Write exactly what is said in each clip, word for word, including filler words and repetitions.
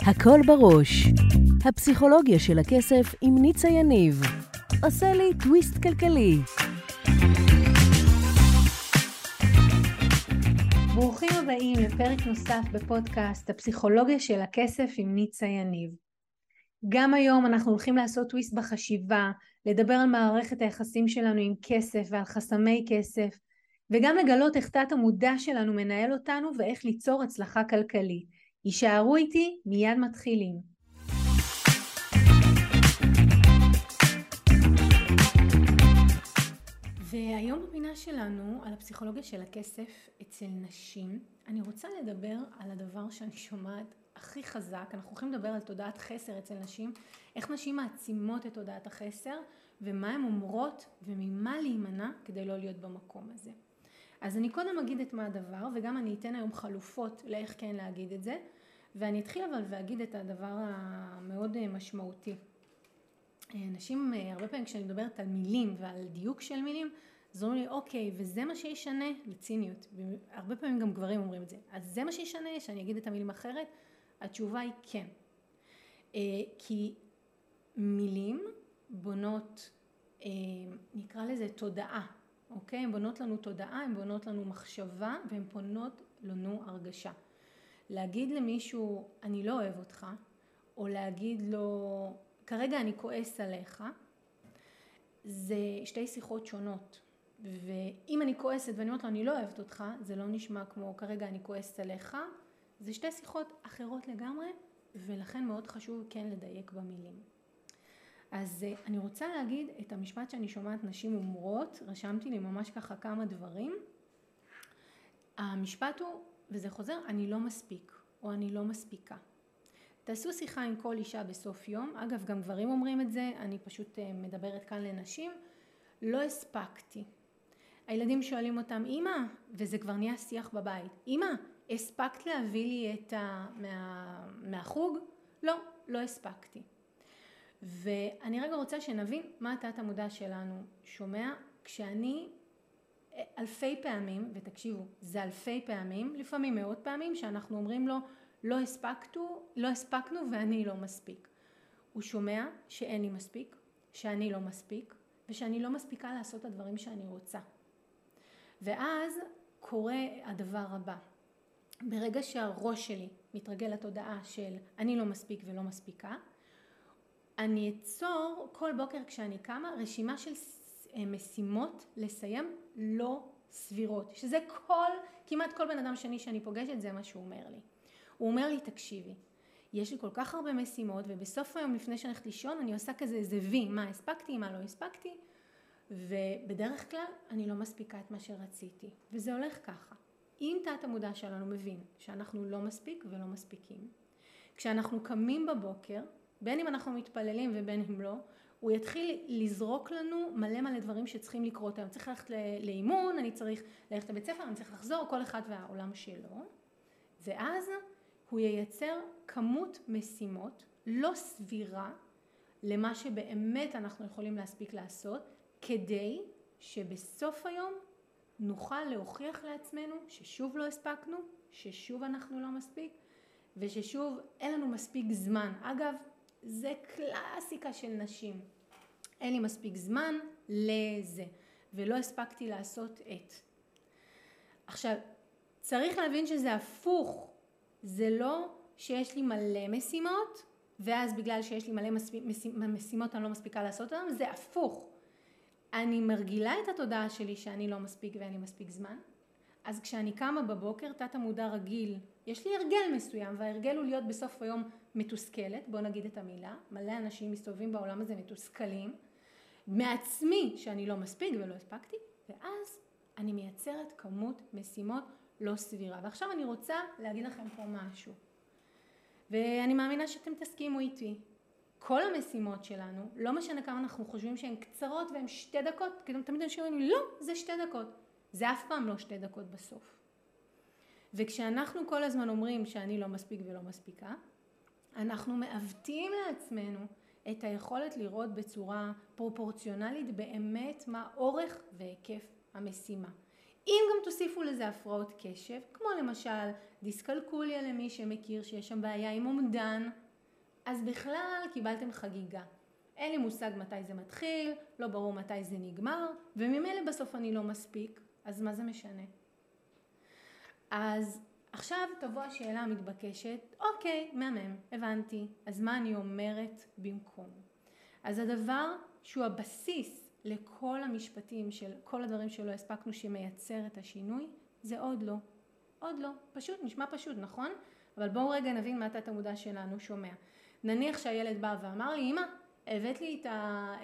הכל בראש. הפסיכולוגיה של הכסף עם ניצה יניב. עושה לי טוויסט כלכלי. ברוכים הבאים לפרק נוסף בפודקאסט הפסיכולוגיה של הכסף עם ניצה יניב. גם היום אנחנו הולכים לעשות טוויסט בחשיבה, לדבר על מערכת היחסים שלנו עם כסף ועל חסמי כסף, וגם לגלות איך תת המודע שלנו מנהל אותנו ואיך ליצור הצלחה כלכלית. יישארו איתי, מיד מתחילים. והיום בפינה שלנו על הפסיכולוגיה של הכסף אצל נשים, אני רוצה לדבר על הדבר שאני שומעת הכי חזק. אנחנו הולכים לדבר על תודעת חסר אצל נשים, איך נשים מעצימות את תודעת החסר ומה הן אומרות וממה להימנע כדי לא להיות במקום הזה. אז אני קודם אגיד את מה הדבר, וגם אני אתן היום חלופות לאיך כן להגיד את זה, ואני אתחיל אבל ואגיד את הדבר המאוד משמעותי. אנשים, הרבה פעמים כשאני מדברת על מילים ועל דיוק של מילים, אז אומרים לי, אוקיי, וזה מה שישנה? לציניות. הרבה פעמים גם גברים אומרים את זה. אז זה מה שישנה, שאני אגיד את המילים אחרת? התשובה היא כן. כי מילים בונות, נקרא לזה תודעה. אוקיי? הן בונות לנו תודעה, הן בונות לנו מחשבה, והן בונות לנו הרגשה. להגיד למישהו, אני לא אוהב אותך, או להגיד לו, כרגע אני כועס עליך, זה שתי שיחות שונות. ואם אני כועסת ואני אומרת לו, אני לא אוהבת אותך, זה לא נשמע כמו, כרגע אני כועסת עליך, זה שתי שיחות אחרות לגמרי, ולכן מאוד חשוב כן לדייק במילים. אז אני רוצה להגיד את המשפט שאני שומעת נשים אומרות, רשמתי לי ממש ככה כמה דברים. המשפט הוא, וזה חוזר, אני לא מספיק, או אני לא מספיקה. תעשו שיחה עם כל אישה בסוף יום, אגב גם גברים אומרים את זה, אני פשוט מדברת כאן לנשים, לא הספקתי. הילדים שואלים אותם, אמא, וזה כבר נהיה שיח בבית, אמא, הספקת להביא לי את ה... מה... מהחוג? לא, לא הספקתי. ואני רגע רוצה שנבין מה התת המודע שלנו שומע, כשאני אלפי פעמים, ותקשיבו, זה אלפי פעמים, לפעמים מאות פעמים, שאנחנו אומרים לו, לא הספקתו, לא הספקנו ואני לא מספיק. הוא שומע שאין לי מספיק, שאני לא מספיק, ושאני לא מספיקה לעשות את הדברים שאני רוצה. ואז קורה הדבר הבא. ברגע שהראש שלי מתרגל לתודעה של אני לא מספיק ולא מספיקה, אני אצור כל בוקר כשאני קמה רשימה של משימות לסיים לא סבירות. שזה כל, כמעט כל בן אדם שני שאני פוגשת, זה מה שהוא אומר לי. הוא אומר לי, תקשיבי, יש לי כל כך הרבה משימות, ובסוף היום לפני שאני הולכת לישון, אני עושה כזה איזה וי, מה הספקתי, מה לא הספקתי, ובדרך כלל אני לא מספיקה את מה שרציתי. וזה הולך ככה. אם תת המודע שלנו מבין שאנחנו לא מספיק ולא מספיקים, כשאנחנו קמים בבוקר, בין אם אנחנו מתפללים ובין אם לא, הוא יתחיל לזרוק לנו מלא מלא דברים שצריכים לקרות. אני צריך ללכת לאימון, אני צריך ללכת לבית ספר, אני צריך לחזור, כל אחד והעולם שלו. ואז הוא ייצר כמות משימות לא סבירה למה שבאמת אנחנו יכולים להספיק לעשות, כדי שבסוף היום נוכל להוכיח לעצמנו ששוב לא הספקנו, ששוב אנחנו לא מספיק, וששוב אין לנו מספיק זמן. אגב, זה קלאסיקה של נשים. אין לי מספיק זמן לזה, ולא הספקתי לעשות את. עכשיו, צריך להבין שזה הפוך. זה לא שיש לי מלא משימות, ואז בגלל שיש לי מלא משימות אני לא מספיקה לעשות אותם, זה הפוך. אני מרגילה את התודעה שלי שאני לא מספיק ואין לי מספיק זמן. אז כשאני קמה בבוקר, תת המודע רגיל, יש לי הרגל מסוים, וההרגל הוא להיות בסוף היום מתוסכלת, בוא נגיד את המילה, מלא אנשים מסתובבים בעולם הזה מתוסכלים, מעצמי שאני לא מספיק ולא הספקתי, ואז אני מייצרת כמות משימות לא סבירה. ועכשיו אני רוצה להגיד לכם פה משהו, ואני מאמינה שאתם תסכימו איתי. כל המשימות שלנו, לא משנה כמה אנחנו חושבים שהן קצרות והן שתי דקות, כי תמיד אנשים אומרים, לא, זה שתי דקות. זה אף פעם לא שתי דקות בסוף. וכשאנחנו כל הזמן אומרים שאני לא מספיק ולא מספיקה, אנחנו מעוותים לעצמנו את היכולת לראות בצורה פרופורציונלית באמת מה אורך והיקף המשימה. אם גם תוסיפו לזה הפרעות קשב, כמו למשל דיסקלקוליה למי שמכיר שיש שם בעיה עם אומדן, אז בכלל קיבלתם חגיגה. אין לי מושג מתי זה מתחיל, לא ברור מתי זה נגמר, וממילא בסוף אני לא מספיק, אז מה זה משנה? אז עכשיו תבוא השאלה המתבקשת, אוקיי, מהמם, הבנתי, אז מה אני אומרת במקום? אז הדבר שהוא הבסיס לכל המשפטים של כל הדברים שלא הספקנו שמייצר את השינוי, זה עוד לא. עוד לא. פשוט, נשמע פשוט, נכון? אבל בואו רגע נבין מה התת המודע שלנו שומע. נניח שהילד בא ואמר לי, אמא, הבאת לי את, ה,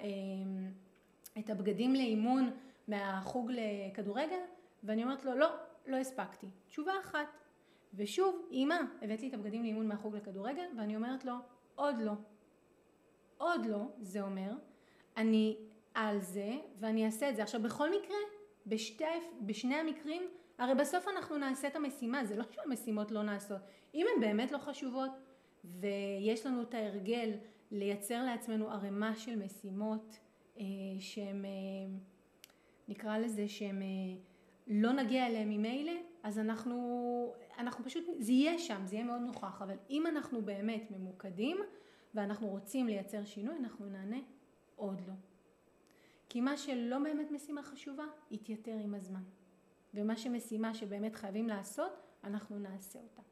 את הבגדים לאימון מהחוג לכדורגל, ואני אומרת לו, לא, לא הספקתי. תשובה אחת. ושוב, אמא, הבאת לי את הבגדים לאימון מהחוג לכדורגל, ואני אומרת לו, עוד לא. עוד לא, זה אומר, אני על זה, ואני אעשה את זה. עכשיו, בכל מקרה, בשתי, בשני המקרים, הרי בסוף אנחנו נעשה את המשימה, זה לא שהמשימות לא נעשות. אם הן באמת לא חשובות, ויש לנו את ההרגל לייצר לעצמנו ערימה של משימות, אה, שהן, אה, נקרא לזה, שהן אה, לא נגיע אליהן ממילא, אז אנחנו, אנחנו פשוט, זה יהיה שם, זה יהיה מאוד נוכח, אבל אם אנחנו באמת ממוקדים, ואנחנו רוצים לייצר שינוי, אנחנו נענה עוד לא. כי מה שלא באמת משימה חשובה, יתייתר עם הזמן. ומה שמשימה שבאמת חייבים לעשות, אנחנו נעשה אותה.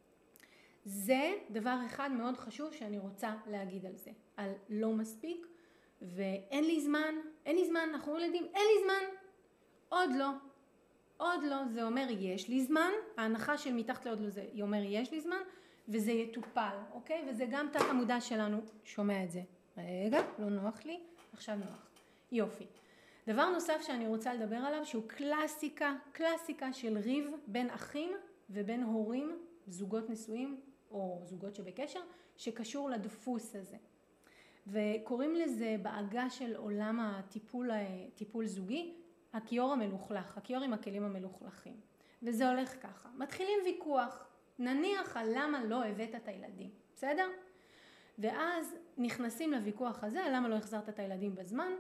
זה דבר אחד מאוד חשוב שאני רוצה להגיד על זה. על לא מספיק, ואין לי זמן, אין לי זמן, אנחנו ילדים, אין לי זמן. עוד לא. עוד לא, זה אומר יש לי זמן, ההנחה של מתחת לעוד לא זה, היא אומר יש לי זמן, וזה יטופל, אוקיי? וזה גם תת המודע שלנו שומע את זה. רגע, לא נוח לי, עכשיו נוח. יופי. דבר נוסף שאני רוצה לדבר עליו, שהוא קלאסיקה, קלאסיקה של ריב בין אחים ובין הורים, זוגות נשואים או זוגות שבקשר, שקשור לדפוס הזה. וקוראים לזה בעגה של עולם הטיפול, טיפול זוגי, הכיור המלוכלך, הכיור עם הכלים המלוכלכים. וזה הולך ככה. מתחילים ויכוח, נניח על למה לא הבאת את הילדים, בסדר? ואז נכנסים לוויכוח הזה, למה לא החזרת את הילדים בזמן,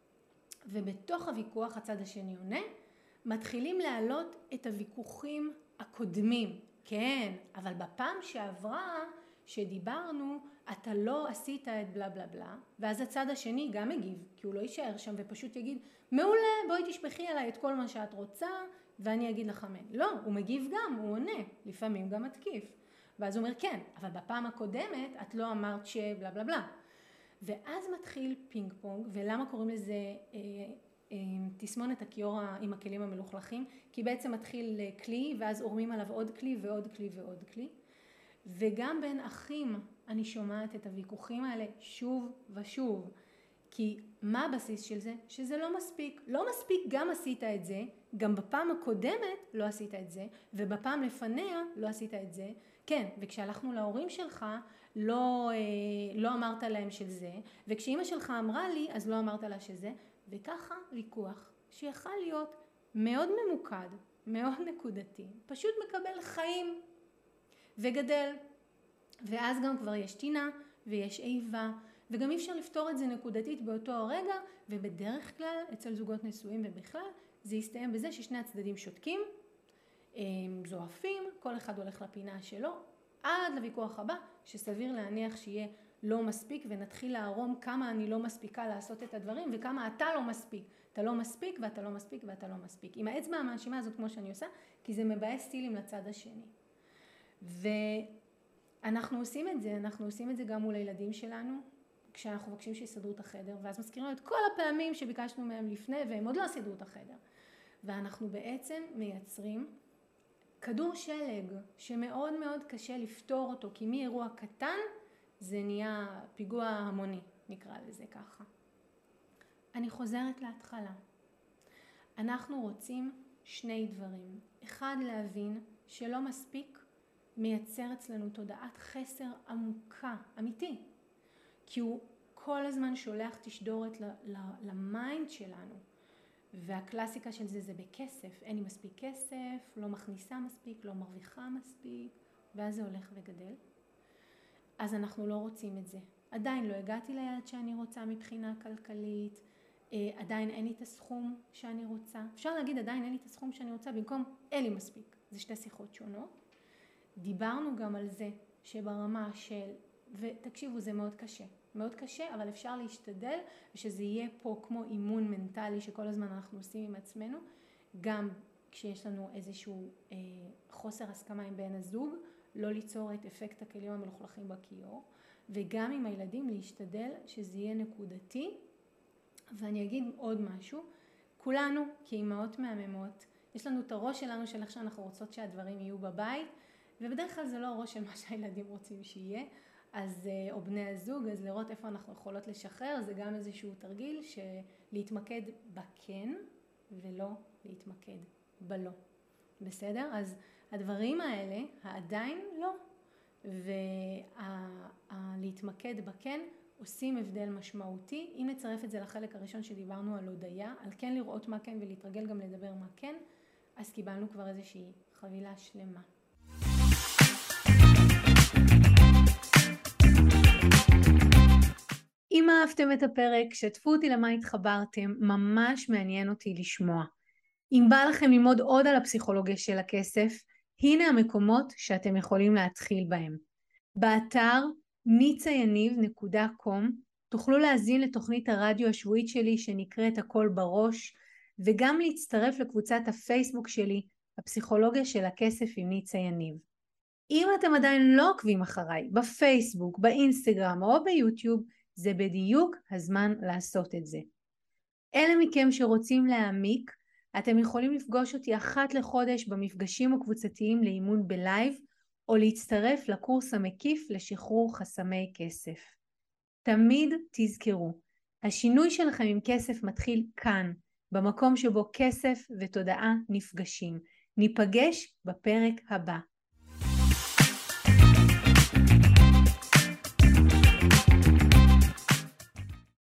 ובתוך הוויכוח הצד השני עונה, מתחילים להעלות את הוויכוחים הקודמים. כן, אבל בפעם שעברה שדיברנו, אתה לא עשית את בלה בלה בלה, ואז הצד השני גם מגיב, כי הוא לא יישאר שם ופשוט יגיד, מעולה, בואי תשפחי עליי את כל מה שאת רוצה, ואני אגיד לך מן. לא, הוא מגיב גם, הוא עונה, לפעמים גם מתקיף. ואז הוא אומר, כן, אבל בפעם הקודמת את לא אמרת שבלה בלה בלה. ואז מתחיל פינג פונג, ולמה קוראים לזה אה, אה, תסמונת הכיור עם הכלים המלוכלכים? כי בעצם מתחיל כלי, ואז עורמים עליו עוד כלי ועוד כלי ועוד כלי. וגם בין אחים אני שומעת את הוויכוחים האלה שוב ושוב. כי מה הבסיס של זה? שזה לא מספיק. לא מספיק גם עשית את זה, גם בפעם הקודמת לא עשית את זה, ובפעם לפניה לא עשית את זה. כן, וכשהלכנו להורים שלך, לא, לא אמרת להם של זה, וכשאמא שלך אמרה לי, אז לא אמרת לה שזה, וככה ויכוח שיכל להיות מאוד ממוקד, מאוד נקודתי, פשוט מקבל חיים וגדל. ואז גם כבר יש טינה ויש איבה, וגם אי אפשר לפתור את זה נקודתית באותו הרגע, ובדרך כלל אצל זוגות נשואים ובכלל, זה יסתיים בזה ששני הצדדים שותקים, זועפים, כל אחד הולך לפינה שלו, עד לוויכוח הבא, שסביר להניח שיהיה לא מספיק, ונתחיל להרום כמה אני לא מספיקה לעשות את הדברים, וכמה אתה לא מספיק. אתה לא מספיק, ואתה לא מספיק, ואתה לא מספיק. עם האצבע המאשימה הזאת כמו שאני עושה, כי זה מבאס סטילים לצד השני. ואנחנו עושים את זה, אנחנו עושים את זה גם מול הילדים שלנו, כשאנחנו מבקשים שיסדרו את החדר, ואז מזכירים את כל הפעמים שביקשנו מהם לפני, והם עוד לא סידרו את החדר. ואנחנו בעצם מייצרים כדור שלג שמאוד מאוד קשה לפתור אותו, כי מאירוע קטן זה נהיה פיגוע המוני, נקרא לזה ככה. אני חוזרת להתחלה. אנחנו רוצים שני דברים. אחד, להבין שלא מספיק מייצר אצלנו תודעת חסר עמוקה, אמיתי. כי הוא כל הזמן שולח תשדורת למיינד שלנו. והקלאסיקה של זה זה בכסף. אין לי מספיק כסף, לא מכניסה מספיק, לא מרוויחה מספיק, ואז זה הולך וגדל. אז אנחנו לא רוצים את זה. עדיין לא הגעתי ליעד שאני רוצה מבחינה כלכלית, עדיין אין לי את הסכום שאני רוצה. אפשר להגיד עדיין אין לי את הסכום שאני רוצה במקום אין לי מספיק. זה שתי שיחות שונות. דיברנו גם על זה שברמה של, ותקשיבו זה מאוד קשה, מאוד קשה, אבל אפשר להשתדל ושזה יהיה פה כמו אימון מנטלי שכל הזמן אנחנו עושים עם עצמנו, גם כשיש לנו איזשהו אה, חוסר הסכמה עם בן הזוג, לא ליצור את אפקט הכלים המלוכלכים בכיור, וגם עם הילדים להשתדל שזה יהיה נקודתי. ואני אגיד עוד משהו, כולנו כאימהות מהממות, יש לנו את הראש שלנו של איך שאנחנו רוצות שהדברים יהיו בבית, ובדרך כלל זה לא הראש של מה שהילדים רוצים שיהיה, אז, או בני הזוג, אז לראות איפה אנחנו יכולות לשחרר, זה גם איזשהו תרגיל שלהתמקד בכן ולא להתמקד בלא. בסדר? אז הדברים האלה, העדיין לא, ולהתמקד בכן עושים הבדל משמעותי. אם נצרף את זה לחלק הראשון שדיברנו על הודיה, על כן לראות מה כן ולהתרגל גם לדבר מה כן, אז קיבלנו כבר איזושהי חבילה שלמה. אם אהבתם את הפרק, שתפו אותי למה התחברתם, ממש מעניין אותי לשמוע. אם בא לכם ללמוד עוד על הפסיכולוגיה של הכסף, הנה המקומות שאתם יכולים להתחיל בהם. באתר ניצה יניב נקודה קום תוכלו להזין לתוכנית הרדיו השבועית שלי שנקראת הכל בראש, וגם להצטרף לקבוצת הפייסבוק שלי, הפסיכולוגיה של הכסף עם ניצה יניב. אם אתם עדיין לא עוקבים אחריי בפייסבוק, באינסטגרם או ביוטיוב, זה בדיוק הזמן לעשות את זה. אלה מכם שרוצים להעמיק, אתם יכולים לפגוש אותי אחת לחודש במפגשים הקבוצתיים לאימון בלייב, או להצטרף לקורס המקיף לשחרור חסמי כסף. תמיד תזכרו, השינוי שלכם עם כסף מתחיל כאן, במקום שבו כסף ותודעה נפגשים. ניפגש בפרק הבא.